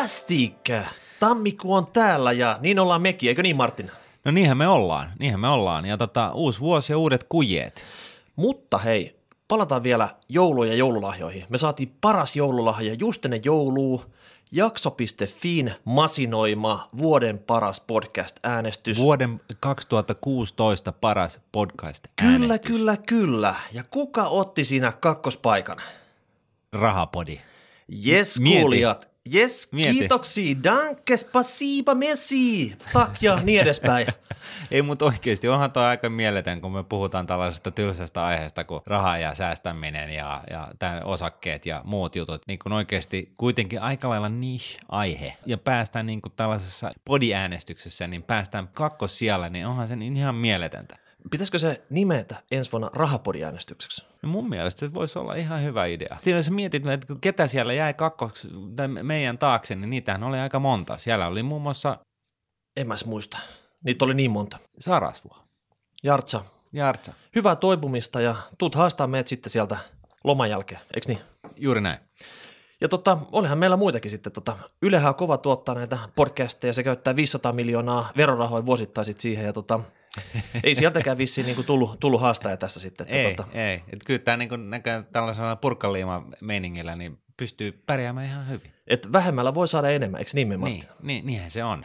Bombastic! Tammikuu on täällä ja niin ollaan mekin, eikö niin Martin? No niinhän me ollaan. Ja uusi vuosi ja uudet kujeet. Mutta hei, palataan vielä jouluun ja joululahjoihin. Me saatiin paras joululahja just ennen joulua. Jakso.fin masinoima vuoden paras podcast-äänestys. Vuoden 2016 paras podcast-äänestys. Kyllä. Ja kuka otti siinä kakkospaikan? Rahapodi. Jes, kuulijat. Jes, kiitoksia. Danke, spasiba, merci. Tak ja niin edespäin. Ei, mutta oikeasti onhan toi aika mieletön, kun me puhutaan tällaisesta tylsästä aiheesta kuin raha ja säästäminen ja tämän osakkeet ja muut jutut. Niin kun oikeasti kuitenkin aika lailla niche-aihe ja päästään niin kuin tällaisessa podiäänestyksessä, niin päästään kakkossijalle, niin onhan se ihan mieletöntä. Pitäisikö se nimetä ensi vuonna rahapodiäänestykseksi? No mun mielestä se voisi olla ihan hyvä idea. Jos mietit, että ketä siellä jäi meidän taakse, niin niitähän oli aika monta. Siellä oli muun muassa... En mä muista. Niitä oli niin monta. Sarasvuo. Jartsa. Hyvää toipumista ja tuut haastaa meidät sitten sieltä loman jälkeen, eikö niin? Juuri näin. Ja olihan meillä muitakin sitten. Ylehän on kova tuottaa näitä podcasteja, se käyttää 500 miljoonaa verorahoja vuosittain sit siihen ja ei sieltäkään vissiin niinku tullut haastaja tässä sitten. Ei. Et kyllä tämä niinku näkee tällaisella purkkaliima-meiningillä niin pystyy pärjäämään ihan hyvin. Et vähemmällä voi saada enemmän, eikö niin, Martti? Niinhän se on.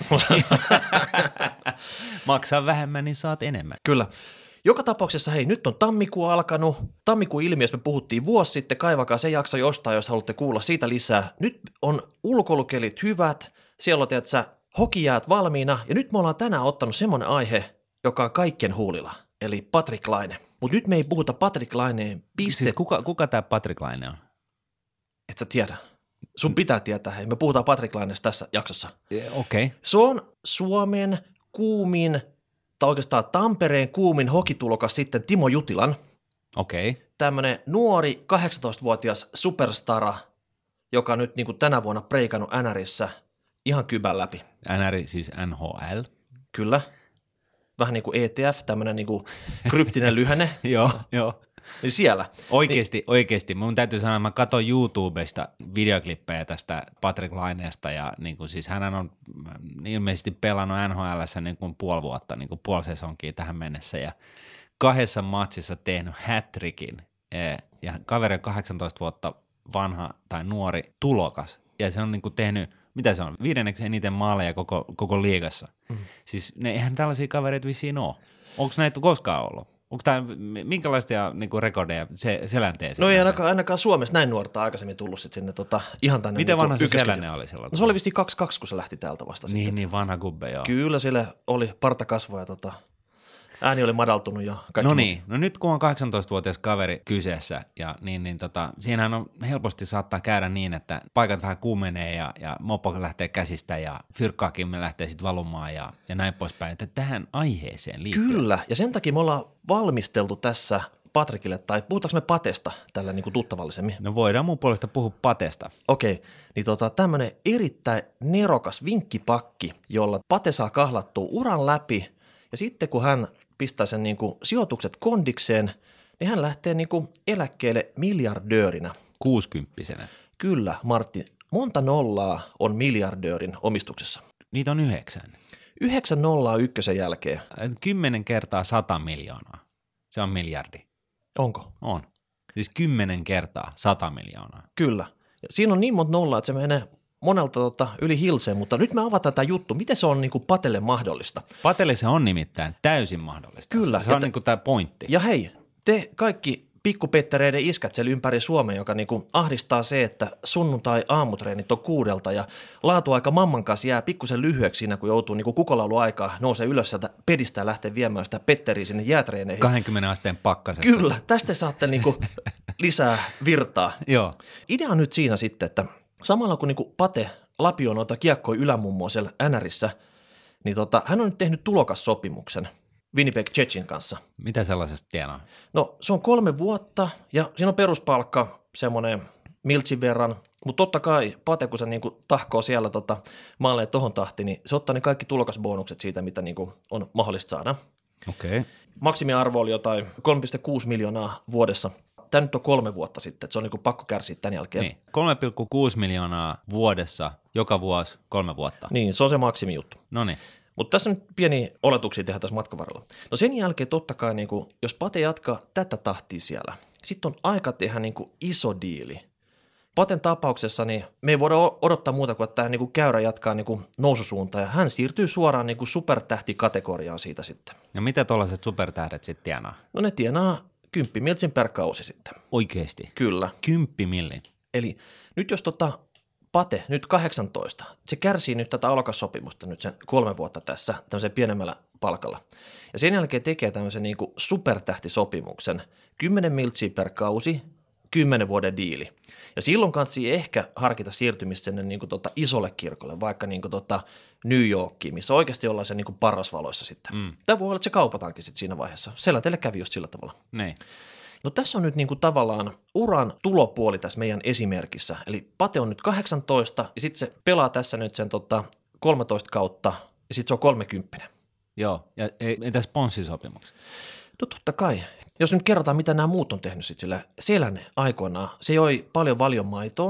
Maksaa vähemmän, niin saat enemmän. Kyllä. Joka tapauksessa, hei, nyt on tammikuu alkanut. Tammikuun ilmiössä me puhuttiin vuosi sitten, kaivakaa se jakso jostain, jos haluatte kuulla siitä lisää. Nyt on ulkoilukelit hyvät, siellä on hokijäät valmiina, ja nyt me ollaan tänään ottanut semmoinen aihe, joka on kaikkien huulilla, eli Patrik Laine. Mutta nyt me ei puhuta Patrik Laineen Siis kuka tämä Patrik Laine on? Et sä tiedä. Sun pitää tietää, hei. Me puhutaan Patrik Laineesta tässä jaksossa. Okei. Okay. Se on Suomen kuumin, tai oikeastaan Tampereen kuumin hokitulokas sitten Timo Jutilan. Okei. Okay. Tämmönen nuori 18-vuotias superstara, joka on nyt niin kuin tänä vuonna preikannut NRissä ihan kybän läpi. NR siis NHL? Kyllä. Vähän niin kuin ETF, tämmöinen niin kuin kryptinen lyhenne. Joo. Niin siellä. Oikeasti. Mun täytyy sanoa, että mä katson YouTubesta videoklippejä tästä Patrik Laineesta ja niin kuin siis hän on ilmeisesti pelannut NHL:ssä niin kuin puoli vuotta, niin kuin puoli sesonkia tähän mennessä ja 2 matsissa tehnyt hat-trickin ja kaveri on 18 vuotta vanha tai nuori tulokas ja se on niin kuin tehnyt, mitä se on, 5. eniten maaleja koko liigassa. Siis eihän tällaisia kavereita vissiin ole. Onko näitä koskaan ollut? Onko tämä minkälaisia niinku rekordeja Selänteeseen? No ei ainakaan Suomessa näin nuorta aikaisemmin tullut sit sinne ihan tänne. Miten vanha se Selänne oli silloin? No se oli vissiin 22, kun se lähti täältä vasta. Niin vanha gubbe, joo. Kyllä, sille oli partakasvoja, ääni oli madaltunut ja kaikki. No niin, no nyt kun on 18-vuotias kaveri kyseessä, ja siinähän on helposti saattaa käydä niin, että paikat vähän kuumenee ja mopo lähtee käsistä ja fyrkkaakin lähtee sitten valumaan ja näin poispäin, että tähän aiheeseen liittyen. Kyllä, ja sen takia me ollaan valmisteltu tässä Patrikille, tai puhutaanko me Patesta tällä niin kuin tuttavallisemmin? No voidaan mun puolesta puhua Patesta. Okei, niin tämmöinen erittäin nerokas vinkkipakki, jolla Pate saa kahlattua uran läpi, ja sitten kun hän pistää sen niin kuin sijoitukset kondikseen, niin hän lähtee niin kuin eläkkeelle miljardöörinä. 60-vuotiaana. Kyllä, Martti. Monta nollaa on miljardöörin omistuksessa? Niitä on 9. 9 nollaa ykkösen jälkeen. 10 kertaa 100 miljoonaa. Se on miljardi. Onko? On. Siis 10 kertaa 100 miljoonaa. Kyllä. Ja siinä on niin monta nollaa, että se menee monelta yli hilseen, mutta nyt me avataan tämä juttu. Miten se on niin kuin Patelle mahdollista? Patelle se on nimittäin täysin mahdollista. Kyllä. Se on niin kuin tämä pointti. Ja hei, te kaikki pikkupettereiden iskät siellä ympäri Suomea, joka niin kuin ahdistaa se, että sunnuntai-aamutreenit on 6 ja laatuaika mamman kanssa jää pikkusen lyhyeksi siinä, kun joutuu niin kuin kukolauluaikaa nousee ylös sieltä pedistä ja lähtee viemään sitä petteriä sinne jäätreeneihin. 20 asteen pakkasessa. Kyllä, tästä saatte niin kuin lisää virtaa. Joo. Idea on nyt siinä sitten, että samalla kun niin kuin Pate lapio noita kiekkoja ylämummoa siellä NRissä, niin hän on nyt tehnyt tulokassopimuksen Winnipeg Jetsin kanssa. Mitä sellaisesta tienaa? No se on 3 vuotta ja siinä on peruspalkka semmoinen miltsin verran, mutta totta kai Pate, kun se niinku tahkoo siellä maalleen tohon tahtiin, niin se ottaa ne kaikki tulokasbonukset siitä, mitä niinku on mahdollista saada. Okei. Maksimiarvo oli jotain 3,6 miljoonaa vuodessa. tämä nyt on 3 vuotta sitten, että se on niin kuin pakko kärsiä tämän jälkeen. Niin, 3,6 miljoonaa vuodessa, joka vuosi 3 vuotta. Niin, se on se maksimijuttu. No niin. Mutta tässä nyt pieniä oletuksia tehdään tässä matkan varrella. No sen jälkeen totta kai, niin kuin, jos Pate jatkaa tätä tahtia siellä, sitten on aika tehdä niin kuin iso diili. Paten tapauksessa niin me ei voida odottaa muuta kuin, että tämä niin kuin käyrä jatkaa niin kuin noususuuntaan ja hän siirtyy suoraan niin kuin supertähtikategoriaan siitä sitten. No mitä tuollaiset supertähdet sitten tienaa? No ne tienaa 10 miltsin per kausi sitten. Oikeesti? Kyllä. 10 millin. Eli nyt jos Pate, nyt 18, se kärsii nyt tätä alokassopimusta nyt sen 3 vuotta tässä tämmöisen pienemmällä palkalla. Ja sen jälkeen tekee tämmöisen niin kuin supertähtisopimuksen, 10 miltsiä per kausi, 10 vuoden diili. Ja silloin kannattaa ehkä harkita siirtymistä sinne niin kuin isolle kirkolle, vaikka niin kuin New Yorkiin, missä oikeasti ollaan se niin kuin parrasvaloissa sitten. Tämä voi olla, että se kaupataankin sitten siinä vaiheessa. Teille kävi just sillä tavalla. Niin. No tässä on nyt niin kuin tavallaan uran tulopuoli tässä meidän esimerkissä. Eli Pate on nyt 18 ja sitten se pelaa tässä nyt sen 13 kautta ja sitten se on 30. Joo, ja entä sponssisopimukset? No totta kai. Jos nyt kerrotaan, mitä nämä muut on tehnyt sitten sillä Selänne aikoinaan, se joi paljon valionmaitoa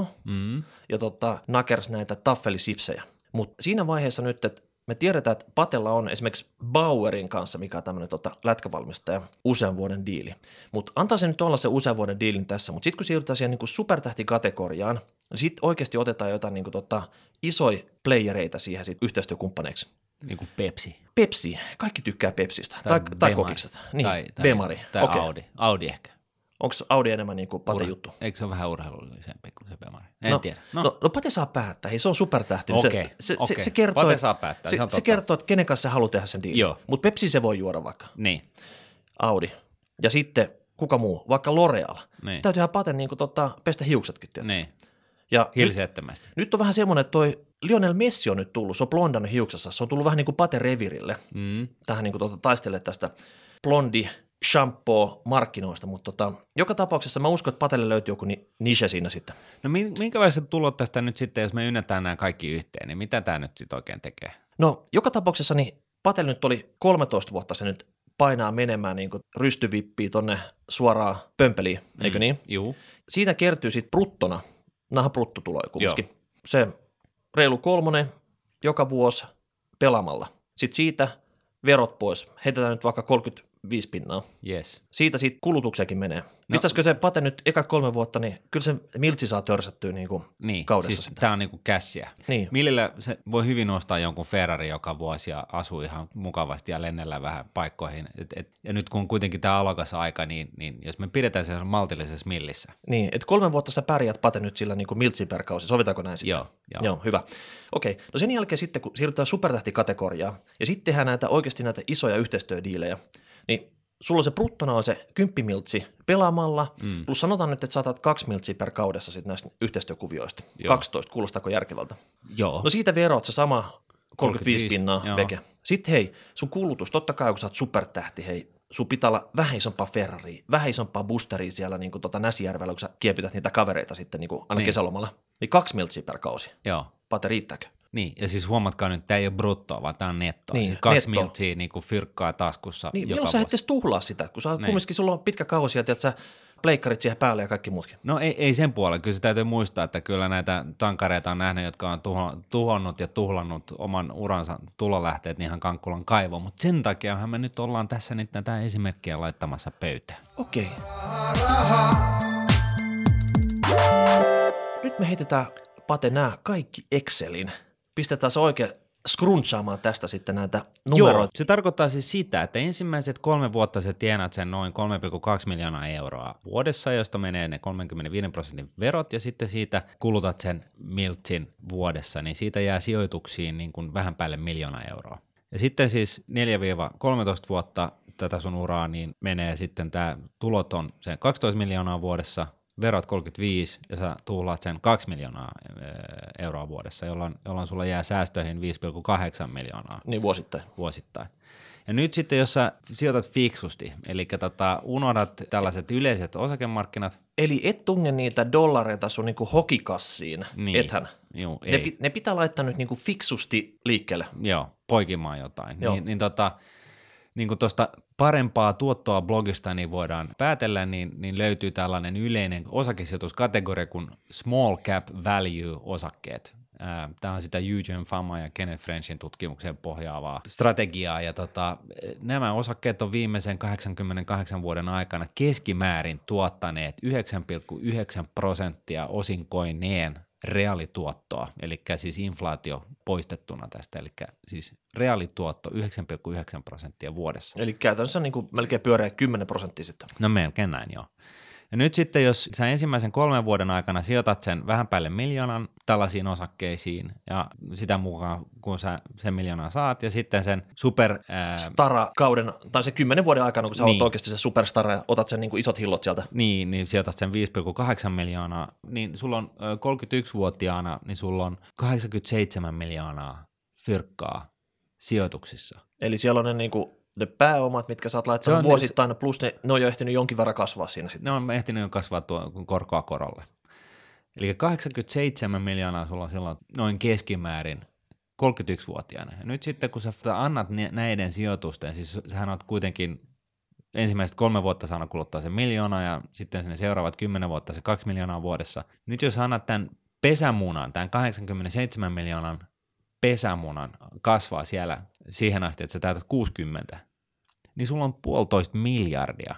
ja nakers näitä taffelisipsejä. Mutta siinä vaiheessa nyt, että me tiedetään, että Patella on esimerkiksi Bauerin kanssa, mikä on tämmöinen lätkävalmistaja, usean vuoden diili. Mutta antaa se nyt olla se usean vuoden diilin tässä, mutta sitten kun siirrytään siihen niin supertähtikategoriaan, niin sitten oikeasti otetaan jotain niin isoja playereita siihen sit yhteistyökumppaneiksi. Niin kuin Pepsi. Pepsi. Kaikki tykkää Pepsistä. Tai kokikset. Niin, Bemari. Tai okay. Audi ehkä. Onko Audi enemmän niin kuin Pate juttu? Eikö se ole vähän urheilullisempi kuin se Bemari? En tiedä. No Pate saa päättää. Hei, se on supertähti. Okei. Se kertoo, Pate saa päättää. Se kertoo, että kenen kanssa se haluaa tehdä sen diilin. Mutta Pepsi se voi juoda vaikka. Niin. Audi. Ja sitten kuka muu? Vaikka L'Oreal. Niin. Täytyyhän Paten niin kuin, pestä hiuksetkin. Niin. Ja hilseettömästi. Nyt on vähän semmoinen, että toi Lionel Messi on nyt tullut. Se on blondannut hiuksessa. Se on tullut vähän niin kuin Pate revirille. Tähän niin kuin taistelee tästä blondi shampoo-markkinoista, mutta joka tapauksessa mä uskon, että Patelle löytyy joku niche siinä sitten. No minkälaiset tulot tästä nyt sitten, jos me ynnätään nämä kaikki yhteen, niin mitä tämä nyt sitten oikein tekee? No joka tapauksessa niin Patelle nyt oli 13 vuotta se nyt painaa menemään niin kuin rystyvippiä tonne suoraan pömpeliin, eikö niin? Juu. Siitä kertyy sitten bruttona, nämähän bruttotuloja kumminkin. Se reilu 3 joka vuosi pelaamalla. Sitten siitä verot pois. Heitetään nyt vaikka 35 pinnaa. Yes. Siitä kulutukseenkin menee. Pistäisikö se Pate nyt ekat 3 vuotta, niin kyllä se miltsi saa törsättyä niin kaudessa. Siis tämä on niin kuin käsiä. Niin. Millillä se voi hyvin ostaa jonkun Ferrari joka vuosi ja asuu ihan mukavasti ja lennellä vähän paikkoihin. Ja nyt kun kuitenkin tämä alokas aika, niin jos me pidetään se maltillisessa millissä. Niin, että 3 vuotta sä pärjät Pate nyt sillä niin kuin miltsi per kausi. Sovitaanko näin sitten? Joo, hyvä. Okei, no sen jälkeen sitten kun siirrytään supertähtikategoriaan ja sitten tehdään oikeasti näitä isoja yhteistyödiilejä, niin sulla se bruttona on se 10 miltsi pelaamalla, plus sanotaan nyt, että saatat 2 miltsiä per kaudessa sit näistä yhteistyökuvioista. Joo. 12, kuulostaako järkevältä? Joo. No siitä verot se sama 35 pinnaa veke. Sitten hei, sun kulutus, totta kai kun sä oot supertähti, hei, sun pitää olla vähän isompaa Ferraria, vähän isompaa boosteria siellä niin kuin Näsijärvellä, kun sä kiepität niitä kavereita sitten niin kuin aina kesälomalla. Niin 2 miltsiä per kausi. Joo. Pate, riittääkö? Niin, ja siis huomatkaa nyt, tämä ei ole bruttoa, vaan tämä on nettoa. Niin, siis 2 miltsiä niin kuin fyrkkaa taskussa niin, joka milloin sä et edes tuhlaa sitä, kun sä kumminkin sulla on pitkä kausi ja tiedät sä pleikkarit siihen päälle ja kaikki muutkin. No ei sen puolella, kyllä se täytyy muistaa, että kyllä näitä tankareita on nähnyt, jotka on tuhonnut ja tuhlannut oman uransa tulolähteet ihan Kankkulan kaivoon, mutta sen takiahan me nyt ollaan tässä nyt näitä esimerkkejä laittamassa pöytään. Okei. Nyt me heitetään, Pate, nämä kaikki Excelin. Pistetään se oikein scrunchaamaan tästä sitten näitä numeroita. Joo, se tarkoittaa siis sitä, että ensimmäiset 3 vuotta sä tienat sen noin 3,2 miljoonaa euroa vuodessa, josta menee ne 35% verot, ja sitten siitä kulutat sen miltsin vuodessa, niin siitä jää sijoituksiin niin kuin vähän päälle 1 miljoonaa euroa. Ja sitten siis 4-13 vuotta tätä sun uraa, niin menee sitten tämä tulot on se 12 miljoonaa vuodessa, verot 35 ja sä tuhlaat sen 2 miljoonaa euroa vuodessa, jolloin sulla jää säästöihin 5,8 miljoonaa. Niin vuosittain. Ja nyt sitten, jos sä sijoitat fiksusti, eli unohdat tällaiset yleiset osakemarkkinat. Eli et tunge niitä dollareita sun niinku hokikassiin, niin. ethän. Juu, ne pitää laittaa nyt niinku fiksusti liikkeelle. Joo, poikimaan jotain. Joo. Niin kuin tuosta parempaa tuottoa blogista niin voidaan päätellä, niin löytyy tällainen yleinen osakesijoituskategoria kuin small cap value osakkeet. Tämä on sitä Eugene Fama ja Kenneth Frenchin tutkimukseen pohjaavaa strategiaa, ja nämä osakkeet on viimeisen 88 vuoden aikana keskimäärin tuottaneet 9,9% osinkoineen reaalituottoa, eli siis inflaatio poistettuna tästä, eli siis reaalituotto 9,9% vuodessa. Eli käytännössä niin kuin melkein pyöreä 10% sitten. No melkein näin, joo. Ja nyt sitten, jos sä ensimmäisen 3 vuoden aikana sijoitat sen vähän päälle 1 miljoonan tällaisiin osakkeisiin, ja sitä mukaan, kun sä sen 1 miljoonaa saat, ja sitten sen Stara-kauden, tai se 10 vuoden aikana, kun sä olet oikeasti se superstara, ja otat sen niin kuin isot hillot sieltä. Niin sijoitat sen 5,8 miljoonaa, niin sulla on 31-vuotiaana, niin sulla on 87 miljoonaa fyrkkaa sijoituksissa. Eli siellä on ne niin kuin ne pääomat, mitkä sä oot laittanut vuosittain, plus ne on jo ehtinyt jonkin verran kasvaa siinä sitten. Ne on ehtinyt jo kasvaa korkoa korolle. Eli 87 miljoonaa sulla on silloin noin keskimäärin 31-vuotiaana. Ja nyt sitten, kun sä annat näiden sijoitusten, siis sähän oot kuitenkin ensimmäiset 3 vuotta saanut kuluttaa se 1 miljoona ja sitten sinne seuraavat 10 vuotta se 2 miljoonaa vuodessa. Nyt jos annat tämän pesämunan, tämän 87 miljoonan pesämunan kasvaa siellä siihen asti, että sä täytät 60, niin sulla on 1,5 miljardia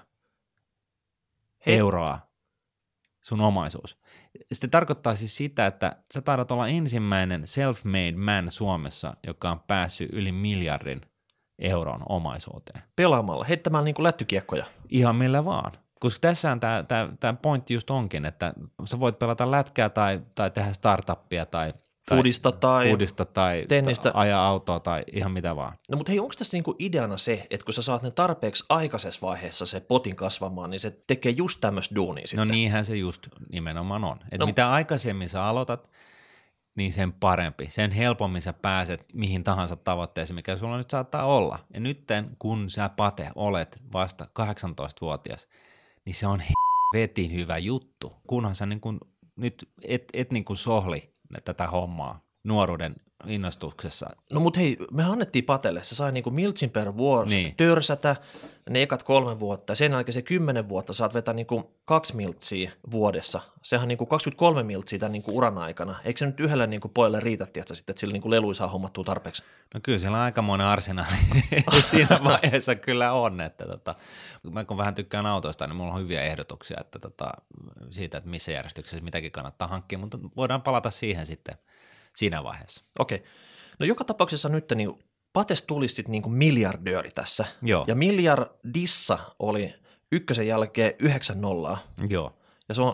euroa sun omaisuus. Se tarkoittaa siis sitä, että sä taidat olla ensimmäinen self-made man Suomessa, joka on päässyt yli 1 miljardin euron omaisuuteen. Pelaamalla, heittämällä niin kuin lättykiekkoja. Ihan millä vaan. Koska tässä on tämä pointti just onkin, että sä voit pelata lätkää tai tehdä startuppia tai Foodista tai tennistä. Ajaa autoa tai ihan mitä vaan. No mutta hei, onko tässä niinku ideana se, että kun sä saat ne tarpeeksi aikaisessa vaiheessa se potin kasvamaan, niin se tekee just tämmöistä duunia sitten? No niinhän se just nimenomaan on. Että mitä aikaisemmin sä aloitat, niin sen parempi. Sen helpommin sä pääset mihin tahansa tavoitteeseen, mikä sulla nyt saattaa olla. Ja nytten, kun sä Pate olet vasta 18-vuotias, niin se on vetin hyvä juttu. Kunhan sä niin kun, nyt et niin kun sohli tätä hommaa nuoruuden innostuksessa. No mut hei, me annettiin Patelle, se sai niinku miltsin per vuosi törsätä ne ekat 3 vuotta ja sen jälkeen se 10 vuotta saat vetää niinku 2 miltsiä vuodessa. Sehän niinku 23 miltsiä tämän niinku uran aikana. Eikö se nyt yhdelle niinku pojalle riitä, tietysti, sitten, että sillä niinku leluja saa hommattua tarpeeksi? No kyllä siellä aikamoinen arsenaali siinä vaiheessa kyllä on, että mä kun vähän tykkään autoista, niin mulla on hyviä ehdotuksia että siitä, että missä järjestyksessä mitäkin kannattaa hankkia, mutta voidaan palata siihen sitten siinä vaiheessa. Okei. No joka tapauksessa nyt niin Pates tulisi sitten niinku miljardööri tässä. Joo. Ja miljardissa oli ykkösen jälkeen 9 nollaa. Joo. Ja se on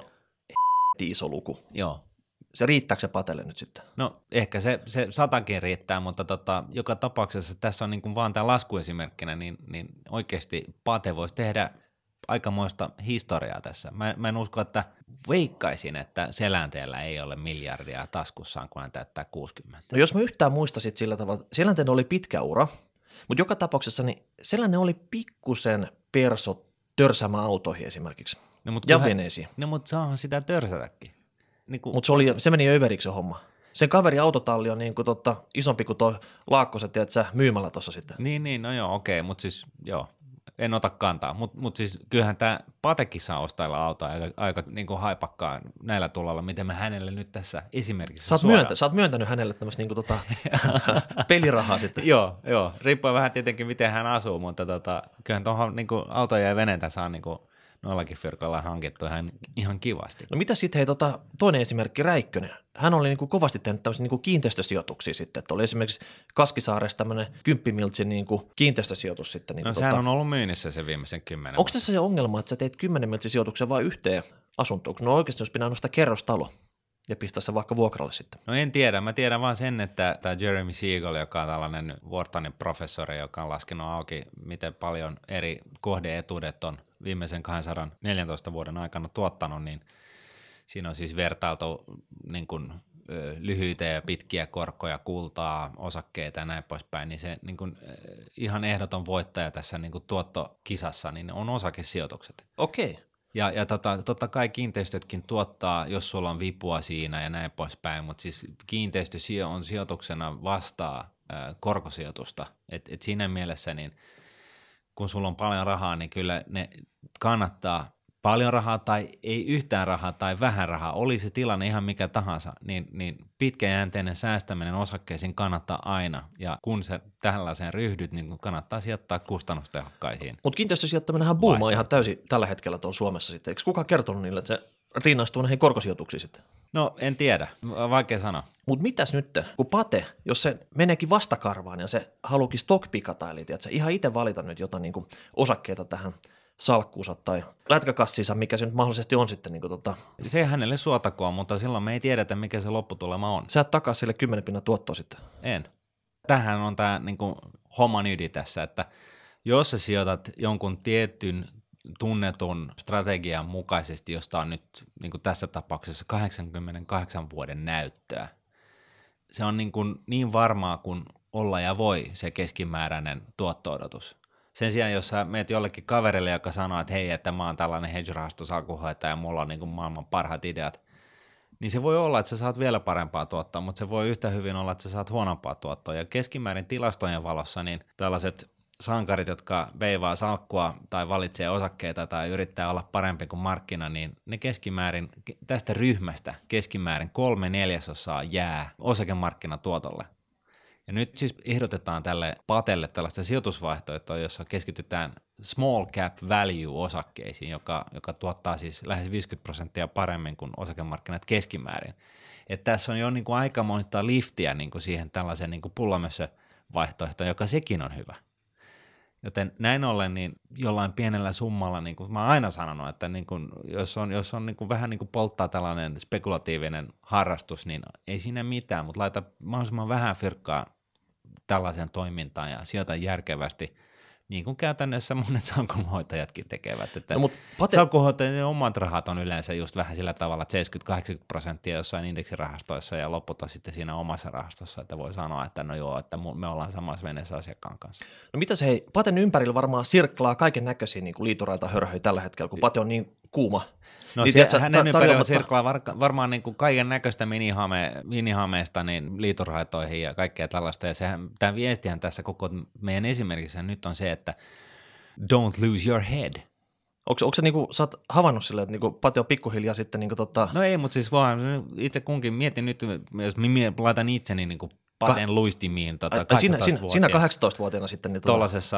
iso luku. Joo. Se riittääkö se Patelle nyt sitten? No ehkä se 100kin riittää, mutta joka tapauksessa tässä on niin kuin vaan tämä laskuesimerkkinä, niin oikeasti Pate voisi tehdä aikamoista historiaa tässä. Mä en usko, että veikkaisin, että Selänteellä ei ole miljardia taskussaan, kun hän täyttää 60. No jos mä yhtään muistasit sillä tavalla, Selänteen oli pitkä ura, mutta joka tapauksessa niin Selänne oli pikkusen perso törsäämään autoihin esimerkiksi. Ja veneisiin. No mutta saahan sitä törsätäkin. Niin mutta se meni överiksi se homma. Sen kaveri autotalli on niin kuin isompi kuin tuo Laakkoset, tiedätkö, myymällä tuossa sitten. Niin, no joo, okei, mutta siis joo. En ota kantaa, mutta siis kyllähän tämä Patekin saa ostailla autoa aika niin kuin haipakkaan näillä tuloilla, miten mä hänelle nyt tässä esimerkiksi Sä oot myöntänyt hänelle tämmöistä niin kuin pelirahaa sitten. Joo, riippuu vähän tietenkin miten hän asuu, mutta kyllähän tuohon niin kuin autoja ja veneitä saa niin kuin noillakin fyrkalla hankittu ihan kivasti. No mitä sitten, hei toinen esimerkki Räikkönen. Hän oli niin kuin kovasti tehnyt tämmöisiä niin kuin kiinteistösijoituksia sitten, että oli esimerkiksi Kaskisaaressa tämmöinen 10 miltsin niin kuin kiinteistösijoitus sitten. Niin no sehän on ollut myynnissä se viimeisen 10 Onko tässä se ongelma, että sä teet 10 miltsin sijoituksen vain yhteen asuntoon? No oikeasti jos pitää nostaa kerrostalo ja pistää se vaikka vuokralle sitten. No en tiedä, mä tiedän vaan sen, että tämä Jeremy Siegel, joka on tällainen Whartonin professori, joka on laskenut auki, miten paljon eri kohdeetuudet on viimeisen 214 vuoden aikana tuottanut, niin siinä on siis vertailtu niin kuin lyhyitä ja pitkiä korkoja, kultaa, osakkeita ja näin poispäin, niin se niin kuin ihan ehdoton voittaja tässä niin kuin tuottokisassa niin on osakesijoitukset. Okei. Ja totta kai kiinteistötkin tuottaa, jos sulla on vipua siinä ja näin poispäin, mutta siis kiinteistö on sijoituksena vastaa korkosijoitusta, et siinä mielessä niin kun sulla on paljon rahaa, niin kyllä ne kannattaa paljon rahaa tai ei yhtään rahaa tai vähän rahaa, oli se tilanne ihan mikä tahansa, niin pitkäjänteinen säästäminen osakkeisiin kannattaa aina. Ja kun sä tällaiseen ryhdyt, niin kannattaa sijoittaa kustannustehokkaisiin. Mutta kiinteistösijoittaminenhan boomaa ihan täysin tällä hetkellä tuolla Suomessa sitten. Eikö kukaan kertonut niille, että se rinnastuu näihin korkosijoituksiin sitten? No en tiedä, vaikea sanoa. Mutta mitäs nyt, kun Pate, jos se meneekin vastakarvaan ja se haluukin stockpikata, eli tiedätkö, ihan itse valita nyt jotain niin kuin osakkeita tähän salkkuunsa tai lätkäkassiinsa, mikä se nyt mahdollisesti on sitten. Se ei hänelle suotakoon, mutta silloin me ei tiedetä, mikä se lopputulema on. Sä et takaa sille 10 pinnan tuottoa sitten. En. Tämähän on tämä niinku homman ydin tässä, että jos sä sijoitat jonkun tietyn tunnetun strategian mukaisesti, josta on nyt niin tässä tapauksessa 88 vuoden näyttöä, se on niin varmaa kuin olla ja voi se keskimääräinen tuotto-odotus. Sen sijaan, jos sä meet jollekin kaverille, joka sanoo, että hei, että mä oon tällainen hedge-rahasto salkunhoitaja ja mulla on niin kuin maailman parhaat ideat, niin se voi olla, että sä saat vielä parempaa tuottoa, mutta se voi yhtä hyvin olla, että sä saat huonompaa tuottoa. Ja keskimäärin tilastojen valossa niin tällaiset sankarit, jotka veivaa salkkua tai valitsee osakkeita tai yrittää olla parempi kuin markkina, niin ne keskimäärin, tästä ryhmästä keskimäärin 3/4 jää osakemarkkinatuotolle. Ja nyt siis ehdotetaan tälle Patelle tällaista sijoitusvaihtoehtoa, jossa keskitytään small cap value-osakkeisiin, joka tuottaa siis lähes 50% paremmin kuin osakemarkkinat keskimäärin. Että tässä on jo niin kuin aikamoista liftiä niin kuin siihen tällaiseen niin kuin pullamössövaihtoehtoon, joka sekin on hyvä. Joten näin ollen niin jollain pienellä summalla, niin kuin mä oon aina sanonut, että niin kuin, jos on niin kuin vähän niin kuin polttaa tällainen spekulatiivinen harrastus, niin ei siinä mitään, mutta laita mahdollisimman vähän fyrkkaa tällaiseen toimintaan ja sijoita järkevästi, niin kuin käytännössä monet salkunhoitajatkin tekevät. Että salkunhoitajien omat rahat on yleensä just vähän sillä tavalla, että 70-80% jossain indeksirahastoissa ja loput on sitten siinä omassa rahastossa, että voi sanoa, että no joo, että me ollaan samassa veneessä asiakkaan kanssa. No mitäs hei, Paten ympärillä varmaan sirklaa kaiken näköisiä niin kuin liiturailta hörhöi tällä hetkellä, kun Pate on niin kuuma. No niin hänen ympärillä sirklaa varmaan niin kuin kaiken näköistä minihameesta niin liituraitoihin ja kaikkea tällaista. Ja tämä viestihän tässä koko meidän esimerkissä nyt on se, että don't lose your head. Onko se niinku, sä oot havainnut silleen, että niinku Pate on pikkuhiljaa sitten niinku No ei, mutta siis vaan itse kunkin mietin nyt, jos laitan itseni niinku Paten luistimiin 18-vuotiaana. Siinä 18-vuotiaana sitten. Niin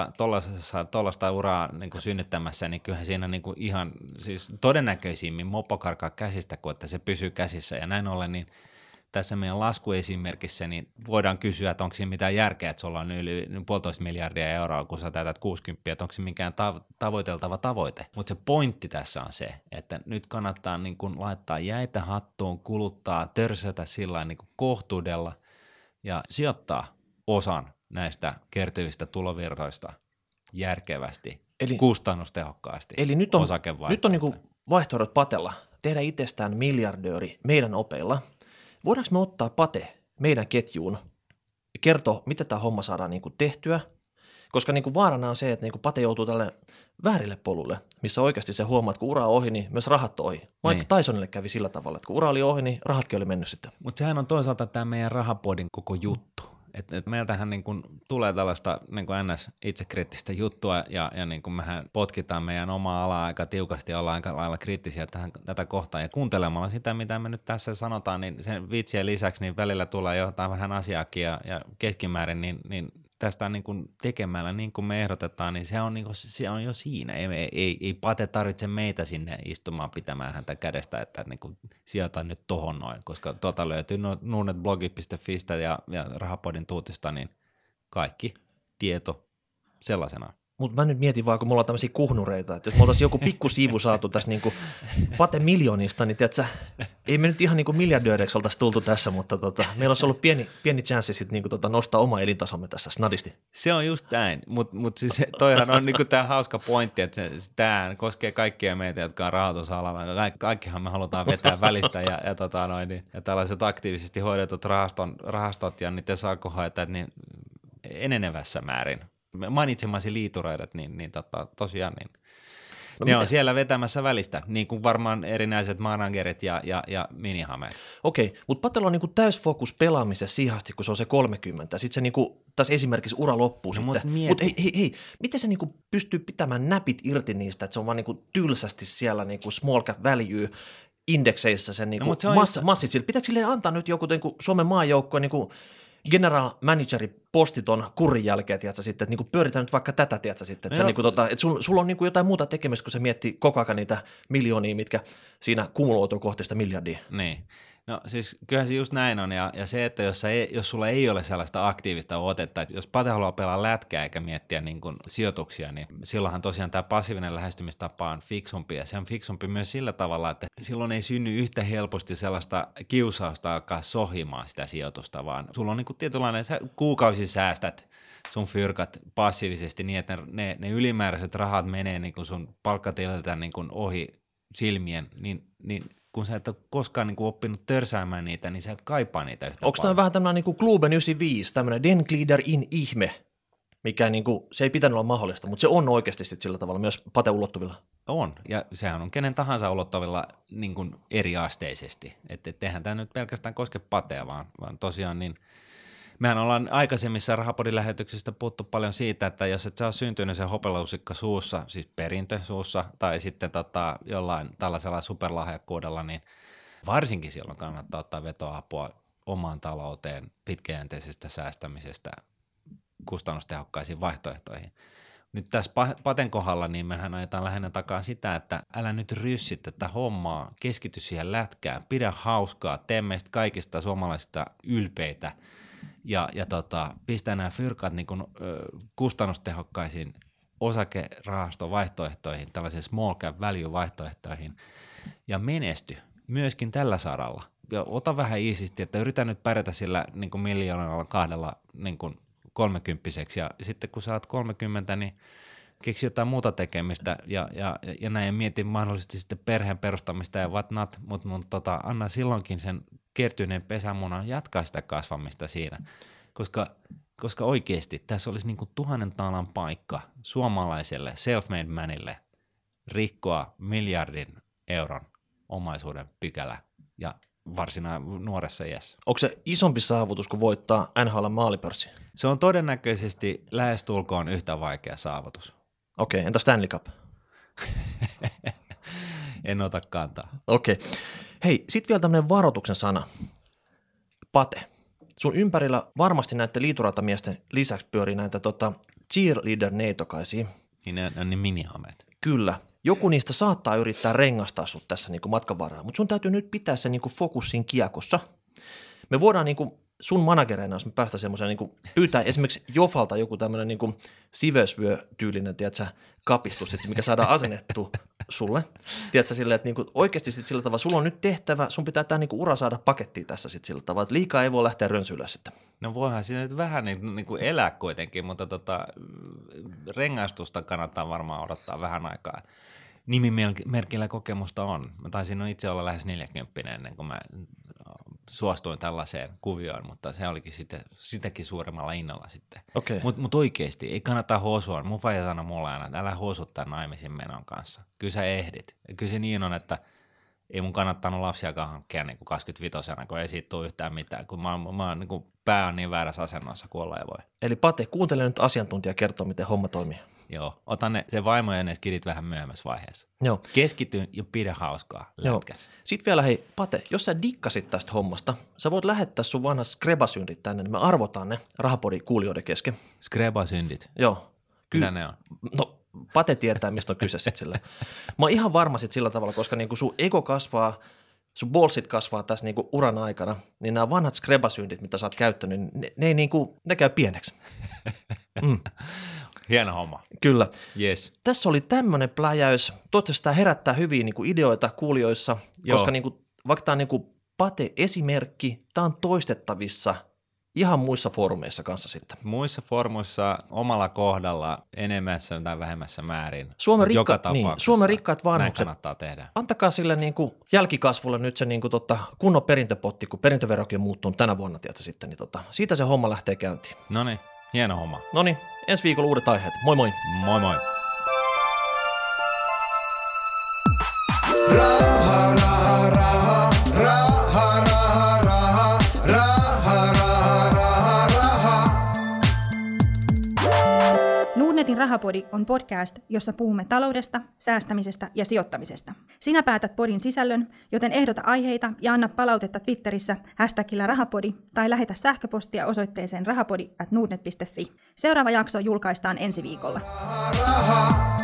tuollaista uraa niin kuin synnyttämässä, niin kyllähän siinä niin kuin ihan siis todennäköisimmin mopo karkaa käsistä, kuin että se pysyy käsissä. Ja näin ollen, niin tässä meidän laskuesimerkissä niin voidaan kysyä, että onko siinä mitään järkeä, että sulla on yli 1,5 miljardia euroa, kun sä täytät 60, että onko se mikään tavoiteltava tavoite. Mutta se pointti tässä on se, että nyt kannattaa niin kuin laittaa jäitä hattuun, kuluttaa, törsätä sillä niin kuin kohtuudella, ja sijoittaa osan näistä kertyvistä tulovirroista järkevästi, kustannustehokkaasti. Eli nyt on niin kuin vaihtoehdot Patella tehdä itsestään miljardööri meidän opeilla. Voidaanko me ottaa Pate meidän ketjuun ja kertoa, miten tämä homma saadaan niin kuin tehtyä? Koska niin kuin vaarana on se, että niin kuin Pate joutuu tälle väärille polulle, missä oikeasti se huomaa, että kun ura on ohi, niin myös rahat on ohi. Mike Tysonille kävi sillä tavalla, että kun ura oli ohi, niin rahatkin oli mennyt sitten. Mutta sehän on toisaalta tämä meidän rahapodin koko juttu. Et meiltähän niin kun tulee tällaista niin kun NS-itsekriittistä juttua ja niin kun mehän potkitaan meidän omaa alaa aika tiukasti ja ollaan aika lailla kriittisiä tätä kohtaa. Ja kuuntelemalla sitä, mitä me nyt tässä sanotaan, niin sen vitsien lisäksi niin välillä tulee jotain vähän asiaakin ja keskimäärin, niin tästä niin kuin tekemällä niin kuin me ehdotetaan, niin se on jo siinä. Ei Pate tarvitse meitä sinne istumaan pitämään häntä kädestä, että niin kuin sijoita nyt tohon noin, koska tuolta löytyy nuunetblogi.fistä ja Rahapodin tuutista, niin kaikki tieto sellaisena. Mutta mä nyt mietin vaan, kun mulla on tämmöisiä kuhnureita, että jos me oltaisiin joku pikku siivu saatu tässä niinku Pate miljoonista, niin tiedätkö, ei me nyt ihan niinku miljardööreiksi oltaisi tultu tässä, mutta meillä olisi ollut pieni chanssi sitten niinku nostaa oma elintasomme tässä snadisti. Se on just näin, mutta siis toihan on niinku tämä hauska pointti, että tämä koskee kaikkia meitä, jotka on rahoitusalalla. Kaikkihan me halutaan vetää välistä ja tällaiset aktiivisesti hoidetut rahastot ja niiden salkunhoitajat niin enenevässä määrin. Mainitsemasi liitureidat, niin tosiaan niin No ne on siellä vetämässä välistä, niin kuin varmaan erinäiset managerit ja minihameet. Okei, mutta Patella on niinku täysfokus pelaamisessa siihen asti, kun se on se 30. Sitten se niinku, tässä esimerkiksi ura loppuu sitten. Mutta hei, miten se niinku pystyy pitämään näpit irti niistä, että se on vaan niinku tylsästi siellä niinku small cap value indekseissä sen niinku massit sille. Pitääkö sille antaa nyt joku niinku Suomen maajoukkoon niinku general manageri postiton kurin jälkeen, tiedätkö, sitten, että niinku pyöritään nyt vaikka tätä, tiedätkö, sitten, että, niinku, että sulla on niinku jotain muuta tekemistä, kun se miettii koko ajan niitä miljoonia, mitkä siinä kumuloituu kohti sitä miljardia. Niin. No siis kyllähän se just näin on, ja se, että jos sulla ei ole sellaista aktiivista otetta, että jos Pate haluaa pelaa lätkää eikä miettiä niin kuin sijoituksia, niin silloinhan tosiaan tämä passiivinen lähestymistapa on fiksumpi, ja se on fiksumpi myös sillä tavalla, että silloin ei synny yhtä helposti sellaista kiusausta alkaa sohimaan sitä sijoitusta, vaan sulla on niin kuin tietynlainen, sä kuukausisäästät sun fyrkat passiivisesti niin, että ne ylimääräiset rahat menee niin kuin sun palkkatililtä niin kuin ohi silmien, niin kun sä et ole koskaan niin kuin oppinut törsäämään niitä, niin sä et kaipaa niitä yhtä Onko tämä vähän tämmöinen niin kuin Kluben 95, tämmöinen Den Glider in ihme, mikä niin kuin, se ei pitänyt olla mahdollista, mutta se on oikeasti sit sillä tavalla myös Pate ulottuvilla? On, ja sehän on kenen tahansa ulottuvilla niin kuin eriasteisesti. Että eihän tämä nyt pelkästään koske Patea, vaan tosiaan niin mehän ollaan aikaisemmissa Rahapodin lähetyksistä puhuttu paljon siitä, että jos et sä ole syntynyt sen hopelusikka suussa, siis perintö suussa, tai sitten jollain tällaisella superlahjakkuudella, niin varsinkin silloin kannattaa ottaa vetoapua omaan talouteen, pitkäjänteisestä säästämisestä kustannustehokkaisiin vaihtoehtoihin. Nyt tässä Paten kohdalla niin mehän ajetaan lähinnä takaa sitä, että älä nyt ryssi tätä hommaa, keskity siihen lätkään, pidä hauskaa, tee meistä kaikista suomalaisista ylpeitä, ja pistää nämä fyrkat niin kuin, kustannustehokkaisiin osakerahastovaihtoehtoihin, tällaisiin small cap value vaihtoehtoihin, ja menesty myöskin tällä saralla. Ja ota vähän iisisti, että yritä nyt pärjätä sillä niin kuin miljoonalla kahdella niin kuin 30-vuotiaaksi, ja sitten kun sä oot 30, niin keksi jotain muuta tekemistä, ja näin mieti mahdollisesti sitten perheen perustamista ja what not, mutta anna silloinkin sen kertyneen pesämunan jatkaa sitä kasvamista siinä, koska oikeasti tässä olisi niin kuin 1000 taalan paikka suomalaiselle self-made manille rikkoa miljardin euron omaisuuden pykälä ja varsinainen nuoressa iässä. Onko se isompi saavutus kuin voittaa NHL maalipörssi? Se on todennäköisesti lähestulkoon yhtä vaikea saavutus. Okei, entä Stanley Cup? En ota kantaa. Okei. Hei, sitten vielä tämmöinen varoituksen sana. Pate. Sun ympärillä varmasti näiden liituratamiesten lisäksi pyörii näitä cheerleader-neitokaisia. Niin ne on niin minihameet. Kyllä. Joku niistä saattaa yrittää rengastaa sut tässä niin kuin matkan varrella, mutta sun täytyy nyt pitää se niin kuin fokus siinä kiekossa. Me voidaan niin kuin sun managereina, jos me päästään semmoiseen, niin pyytää esimerkiksi Jofalta joku tämmöinen niin Sivesvyö-tyylinen, tiedätkö, kapistus, mikä saadaan asennettua sulle. Tiedätkö, silleen, että niin kuin oikeasti sit sillä tavalla, sulla on nyt tehtävä, sun pitää tämä niin kuin ura saada pakettiin tässä sit sillä tavalla, että liikaa ei voi lähteä rönsyillä sitten. No voihan siinä nyt vähän niin kuin elää kuitenkin, mutta rengaistusta kannattaa varmaan odottaa vähän aikaa. Nimimerkillä kokemusta on. Mä taisin itse olla lähes 40 ennen kuin mä suostuin tällaiseen kuvioon, mutta se olikin sitten sitäkin suuremmalla innolla sitten. Okay. Mutta oikeasti ei kannata hosua. Mun faija sanoi mulle aina, että älä hosu tämän naimisiin menon kanssa. Kyllä sä ehdit. Ja kyllä se niin on, että ei mun kannattanut lapsiakaan hankkia niin kuin 25-vuotiaana, kun ei siitä tule yhtään mitään, kun mä niin kuin pää on niin väärässä asennossa kuin olla ei voi. Eli Pate, kuuntele nyt asiantuntija kertoa, miten homma toimii. Joo, otan se vaimo ja ne skidit vähän myöhemmässä vaiheessa. Joo. Keskityn ja pidä hauskaa lätkässä. Sitten vielä hei, Pate, jos sä dikkasit tästä hommasta, sä voit lähettää sun vanhat skrebasyndit tänne, niin me arvotaan ne Rahapodin kuulijoiden kesken. Skrebasyndit? Joo. Mitä ne on? No, Pate tietää, mistä on kyse sitten sillä. Mä oon ihan varma sit sillä tavalla, koska niinku sun ego kasvaa, sun ballsit kasvaa tässä niinku uran aikana, niin nämä vanhat skrebasyndit, mitä sä oot käyttänyt, ne käy pieneksi. Hieno homma. Kyllä. Yes. Tässä oli tämmöinen pläjäys. Toivottavasti tämä herättää hyviä niinku ideoita kuulijoissa, koska niinku, vaikka tämä on niinku Pate-esimerkki, tämä on toistettavissa ihan muissa foorumeissa kanssa sitten. Muissa foorumeissa omalla kohdalla enemmässä tai vähemmässä määrin. Suomen rikkaat vanhukset. Näin kannattaa tehdä. Antakaa sille niinku jälkikasvulle nyt se niinku kunnon perintöpotti, kun perintöverokin on muuttunut tänä vuonna, tiedätkö, sitten, niin siitä se homma lähtee käyntiin. Noniin, hieno homma. Noniin, ensi viikolla uudet aiheet. Moi moi. Moi moi. Raha, raha, raha, raha, raha, raha, raha, raha, raha, raha. Nordnetin Rahapodi on podcast, jossa puhumme taloudesta, säästämisestä ja sijoittamisesta. Sinä päätät podin sisällön, joten ehdota aiheita ja anna palautetta Twitterissä hashtagillä rahapodi tai lähetä sähköpostia osoitteeseen rahapodi@nordnet.fi. Seuraava jakso julkaistaan ensi viikolla. Raha.